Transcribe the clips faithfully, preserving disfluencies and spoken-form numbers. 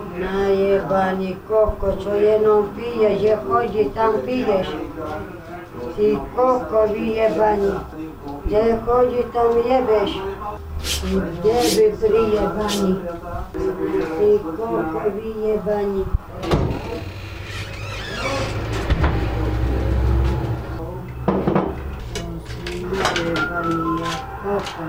Najebani koko, čo jenom piješ, že chodí tam piješ. Ty koko vyjebaný, kde chodí tam jebeš. Ty deby prijebaný, ty koko vyjebaný. Najebaný ja koko.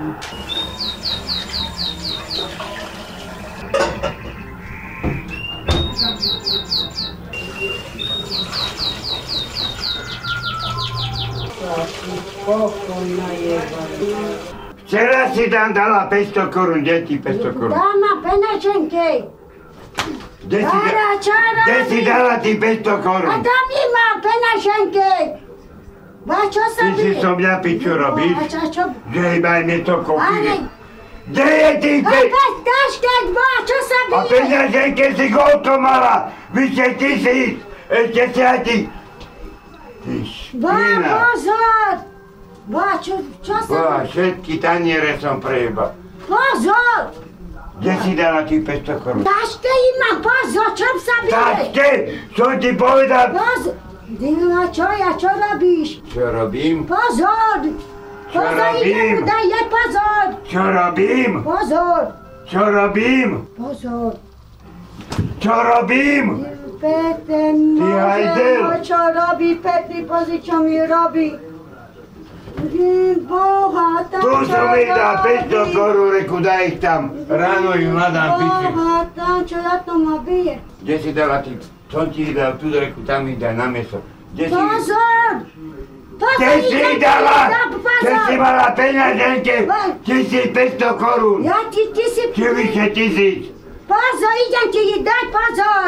Včera si tam dala päťsto korún, deti päťsto korún. Dáma peňaženke. Kde si, da, kde si dala ty päťsto korún? A tam ima peňaženke. Ba čo sa ty si som ja piču robíš? A čo, čo? Že iba mi to kúpili. Kde je ty päť? A taškeť, ba čo sa bije? A peňaženke si koľko mala? Vyše tisíc. Ešte si aj ty... Ty špina. Ba, pozor! Ba, čo, čo sa... Ba, všetky taniere som prejebal. Pozor! Kde si dala tých päťsto korún? Taške imam, pozor, čom sa bije? Taške? Som ti povedal? Pozor! Dila, čo ja, čo robíš? Čo robím? Pozor! Čo pozor, robím? Pozor, daj, je pozor! Čo robím? Pozor! Čo robím? Pozor! Čo robím? Peter, môže, čo robí, Petri, pozri, čo mi robí. Boha, tam tu som mi dal päťsto korún, reku, daj ich tam. Ráno im nadám piči. Boha, tam, čo ja to ma bije. Kde si dala ty? Som ti ich dal tu, reku, tam ich daj na meso. Kde si... Pozor! Kde si ich dala? Kde si mala peňaženke? Tisíc päťsto korún. Ja ti, ty si... Či vyše tisíc. Pozor, idem ti ich dať, pozor!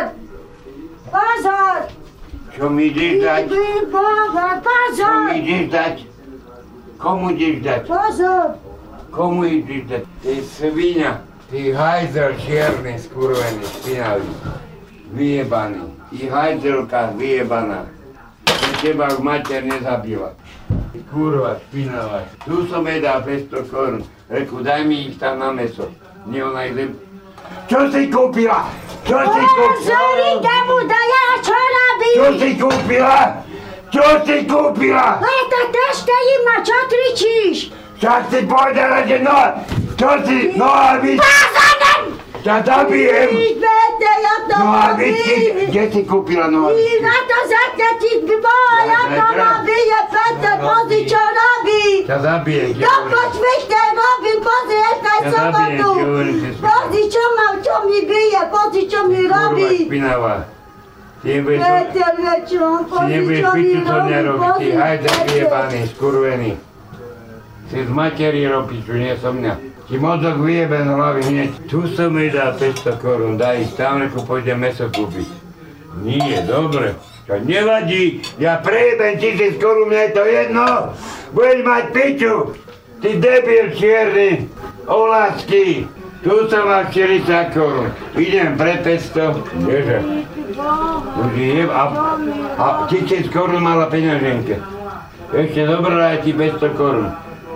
Pozor! Čo mi ideš dať? Boha, pozor! Čo mi ideš dať? Komu ideš dať? Pozor! Komu ideš dať? Ty svinia, ty hajzel čierny, skurvený, špinavý, vyjebaný. I hajzelka vyjebaná. Ty teba už mater nezabila. Ty kurva, špinavá. Tu som jej dal päťsto korún. Reku, daj mi ich tam na meso. Nie ona ich lep... Čo si kúpila? Čo si kúpila? Pozor, ide mu da ja, čo robíš? Čo si kúpila? Čo si kúpila? Ale to tešte ima, čo kričíš? Však si povedala, že no... Čo si... No a vy... Pozor! Ťa zabijem! Vete, ja to No a vy... robím! Kde si kúpila nohavičky? Na to zatne ti boha, ja to robím, Peter, pozri, čo robí! Ťa zabijem, ti To hovorím. počvište robím, pozri, aj Ja sobotu! zabijem, ti hovorím, že spíš. Pozri, čo mám, čo mi bije, pozri, čo mi Kurva robí! špinavá. Ty nebudeš... Peter, čo on, Ty pozri, nebudeš čo mi piču to robí, nerobiť, ty pozri, hajde Peter! vyjebaný, skurvený. Si z materi robiču, nie som mňa. Ti mozog vyjebe z hlavy hneď. Tu som mi dal päťsto korún, daj ich tam, reku pôjdem meso kúpiť. Nie, dobre. Čo nevadí, ja prejebem tisíc korún, mne je to jedno. Budeš mať piču, ty debil čierny, olásky. Tu som mal štyridsať korún. Idem pre päťsto, kdeže? Už je, a, a tisíc korún mala peňaženke. Ešte dobrá je ti päťsto korún.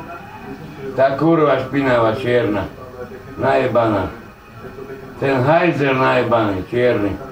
Tá kurva špinavá, čierna, najebaná. Ten hajzel najebaný, čierny.